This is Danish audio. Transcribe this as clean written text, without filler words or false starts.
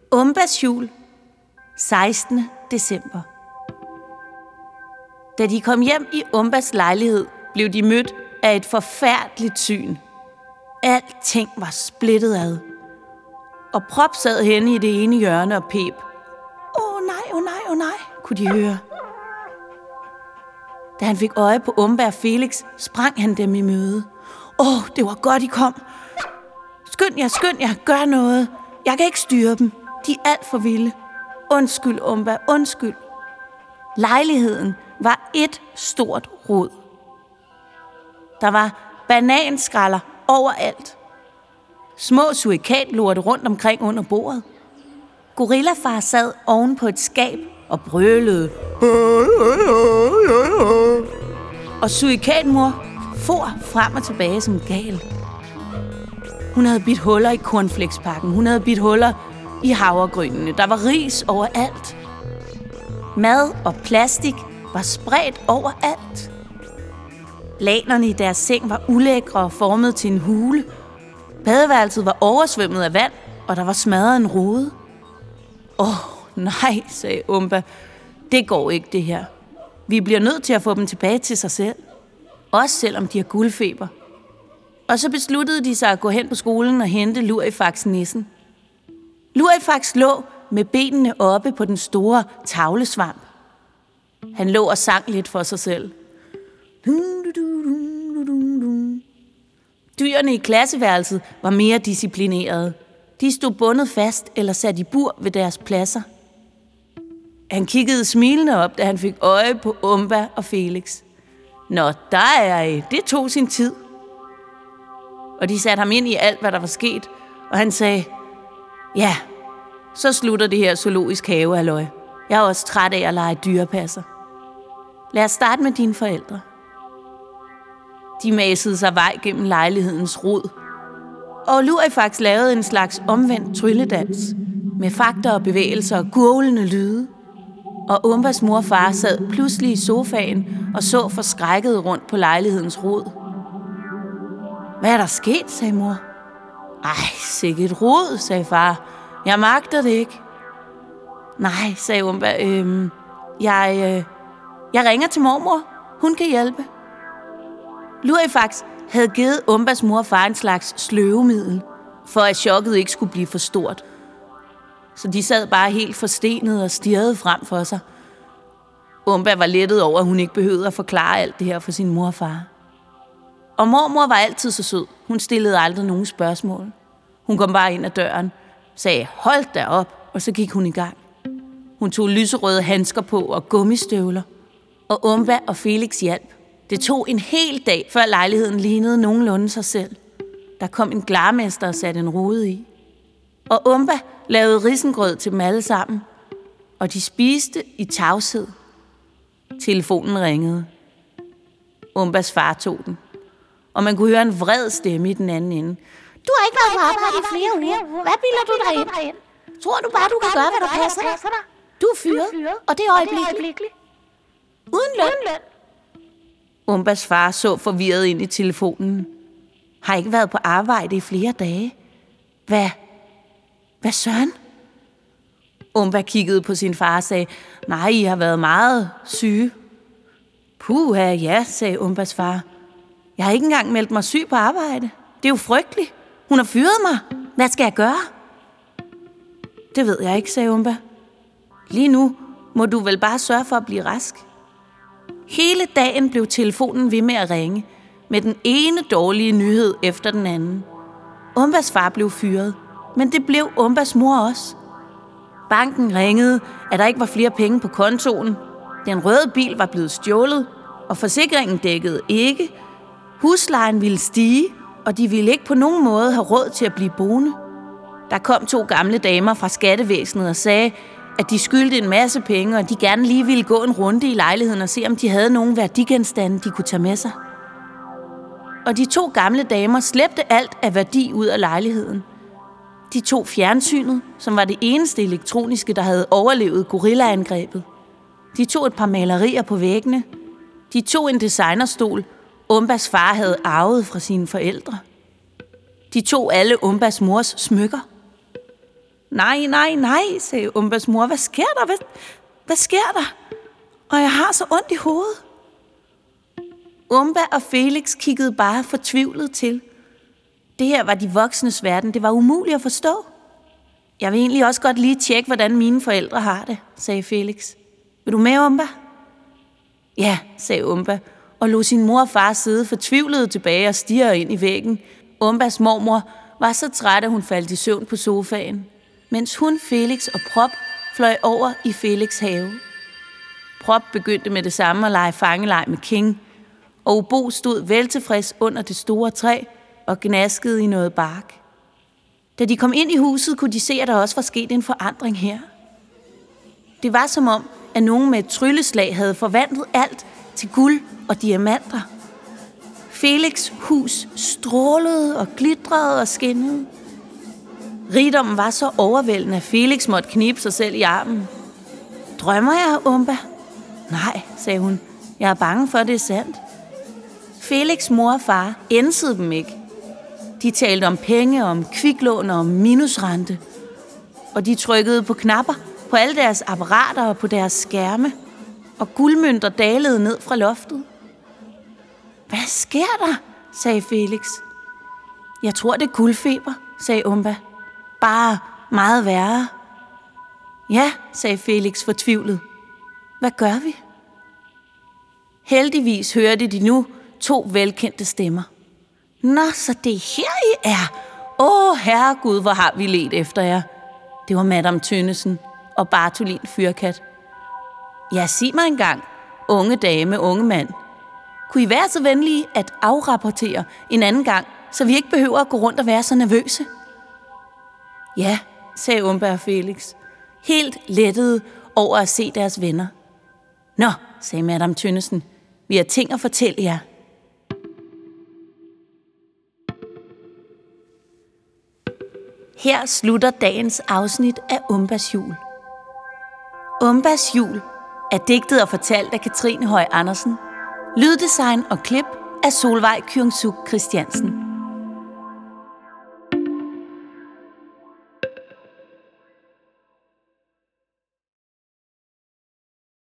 Umbas jul, 16. december. Da de kom hjem i Umbas lejlighed, blev de mødt af et forfærdeligt syn. Alting var splittet ad. Og Prop sad henne i det ene hjørne og pep. Åh nej, kunne de høre. Da han fik øje på Umba og Felix, sprang han dem i møde. Det var godt, I kom. Skynd jer, gør noget. Jeg kan ikke styre dem. De er alt for vilde. Undskyld, Umba, undskyld. Lejligheden var et stort rod. Der var bananskralder overalt. Små surikatlorte rundt omkring under bordet. Gorillafar sad oven på et skab og brølede. Og surikatmor for frem og tilbage som gal. Hun havde bidt huller i cornflakespakken. Hun havde bidt huller i havregrynene. Der var ris overalt. Mad og plastik var spredt overalt. Lanerne i deres seng var ulækre og formet til en hule. Badeværelset var oversvømmet af vand, og der var smadret en rude. Nej, sagde Umba. Det går ikke, det her. Vi bliver nødt til at få dem tilbage til sig selv. Også selvom de har guldfeber. Og så besluttede de sig at gå hen på skolen og hente Lurifax-nissen. Lurifax lå med benene oppe på den store tavlesvamp. Han lå og sang lidt for sig selv. Dyrene i klasseværelset var mere disciplinerede. De stod bundet fast eller sat i bur ved deres pladser. Han kiggede smilende op, da han fik øje på Umba og Felix. Nå, der er I. Det tog sin tid. Og de satte ham ind i alt, hvad der var sket, og han sagde, ja, så slutter det her zoologisk have-halløj. Jeg er også træt af at lege dyrepasser. Lad os starte med dine forældre. De masede sig vej gennem lejlighedens rod, og Lurifax lavede en slags omvendt trylledans med fakter og bevægelser og gurglende lyde. Og Umbas mor og far sad pludselig i sofaen og så forskrækket rundt på lejlighedens rod. Hvad er der sket, sagde mor. Sikke et rod, sagde far. Jeg magter det ikke. Nej, sagde Umba. Jeg ringer til mormor. Hun kan hjælpe. Lurifax havde givet Umbas mor og far en slags sløvemiddel, for at chokket ikke skulle blive for stort. Så de sad bare helt forstenet og stirrede frem for sig. Umba var lettet over, at hun ikke behøvede at forklare alt det her for sin mor og far. Og mormor var altid så sød. Hun stillede aldrig nogen spørgsmål. Hun kom bare ind ad døren, sagde, hold da op, og så gik hun i gang. Hun tog lyserøde handsker på og gummistøvler, og Umba og Felix hjalp. Det tog en hel dag, før lejligheden lignede nogenlunde sig selv. Der kom en glarmester og satte en rude i. Og Umba lavede risengrød til dem alle sammen, og de spiste i tavshed. Telefonen ringede. Umbas far tog den, og man kunne høre en vred stemme i den anden ende. Du har ikke været på arbejde i flere uger. Hvad bilder du dig ind? Tror du bare, du kan gøre, hvad der passer dig? Du er fyret, og det er øjeblikkeligt. Uden løn. Umbas far så forvirret ind i telefonen. Har ikke været på arbejde i flere dage. Hvad søren? Umba kiggede på sin far og sagde, nej, I har været meget syge. Puha, ja, sagde Umbas far. Jeg har ikke engang meldt mig syg på arbejde. Det er jo frygteligt. Hun har fyret mig. Hvad skal jeg gøre? Det ved jeg ikke, sagde Umba. Lige nu må du vel bare sørge for at blive rask. Hele dagen blev telefonen ved med at ringe, med den ene dårlige nyhed efter den anden. Umbas far blev fyret, men det blev Umbas mor også. Banken ringede, at der ikke var flere penge på kontoen. Den røde bil var blevet stjålet, og forsikringen dækkede ikke. Huslejen ville stige, og de ville ikke på nogen måde have råd til at blive boende. Der kom 2 gamle damer fra skattevæsenet og sagde, at de skyldte en masse penge, og de gerne lige ville gå en runde i lejligheden og se, om de havde nogen værdigenstande, de kunne tage med sig. Og de 2 gamle damer slæbte alt af værdi ud af lejligheden. De tog fjernsynet, som var det eneste elektroniske, der havde overlevet gorillaangrebet. De tog et par malerier på væggene. De tog en designerstol, Umbas far havde arvet fra sine forældre. De tog alle Umbas mors smykker. Nej, sagde Umbas mor. Hvad sker der? Hvad sker der? Og jeg har så ondt i hovedet. Umba og Felix kiggede bare fortvivlet til. Det her var de voksnes verden. Det var umuligt at forstå. Jeg vil egentlig også godt lige tjekke, hvordan mine forældre har det, sagde Felix. Vil du med, Umba? Ja, sagde Umba, og lod sin mor og far sidde fortvivlet tilbage og stirre ind i væggen. Umbas mormor var så træt, at hun faldt i søvn på sofaen, mens hun, Felix og Prop fløj over i Felix' have. Prop begyndte med det samme at lege fangeleg med King, og Ubo stod veltilfreds under det store træ og gnaskede i noget bark. Da de kom ind i huset, kunne de se, at der også var sket en forandring her. Det var som om, at nogen med et trylleslag havde forvandlet alt til guld og diamanter. Felix' hus strålede og glitrede og skinnede. Rigdommen var så overvældende, at Felix måtte knibe sig selv i armen. Drømmer jeg, Umba? Nej, sagde hun. Jeg er bange for, det er sandt. Felix' mor og far ænsede dem ikke. De talte om penge, om kviklån og om minusrente. Og de trykkede på knapper på alle deres apparater og på deres skærme. Og guldmønter dalede ned fra loftet. Hvad sker der? Sagde Felix. Jeg tror, det er guldfeber, sagde Umba. Bare meget værre. Ja, sagde Felix fortvivlet. Hvad gør vi? Heldigvis hørte de nu 2 velkendte stemmer. Nå, så det er her, I er. Herregud, hvor har vi ledt efter jer. Det var Madame Tønnesen og Bartolin Fyrkat. Ja, sig mig engang, unge dame, unge mand. Kunne I være så venlige at afrapportere en anden gang, så vi ikke behøver at gå rundt og være så nervøse? Ja, sagde Umba og Felix, helt lettede over at se deres venner. Nå, sagde Madame Tønnesen, vi har ting at fortælle jer. Her slutter dagens afsnit af Umbas jul. Umbas jul er digtet og fortalt af Katrine Høj Andersen. Lyddesign og klip af Solvej Kyungsuk Christiansen.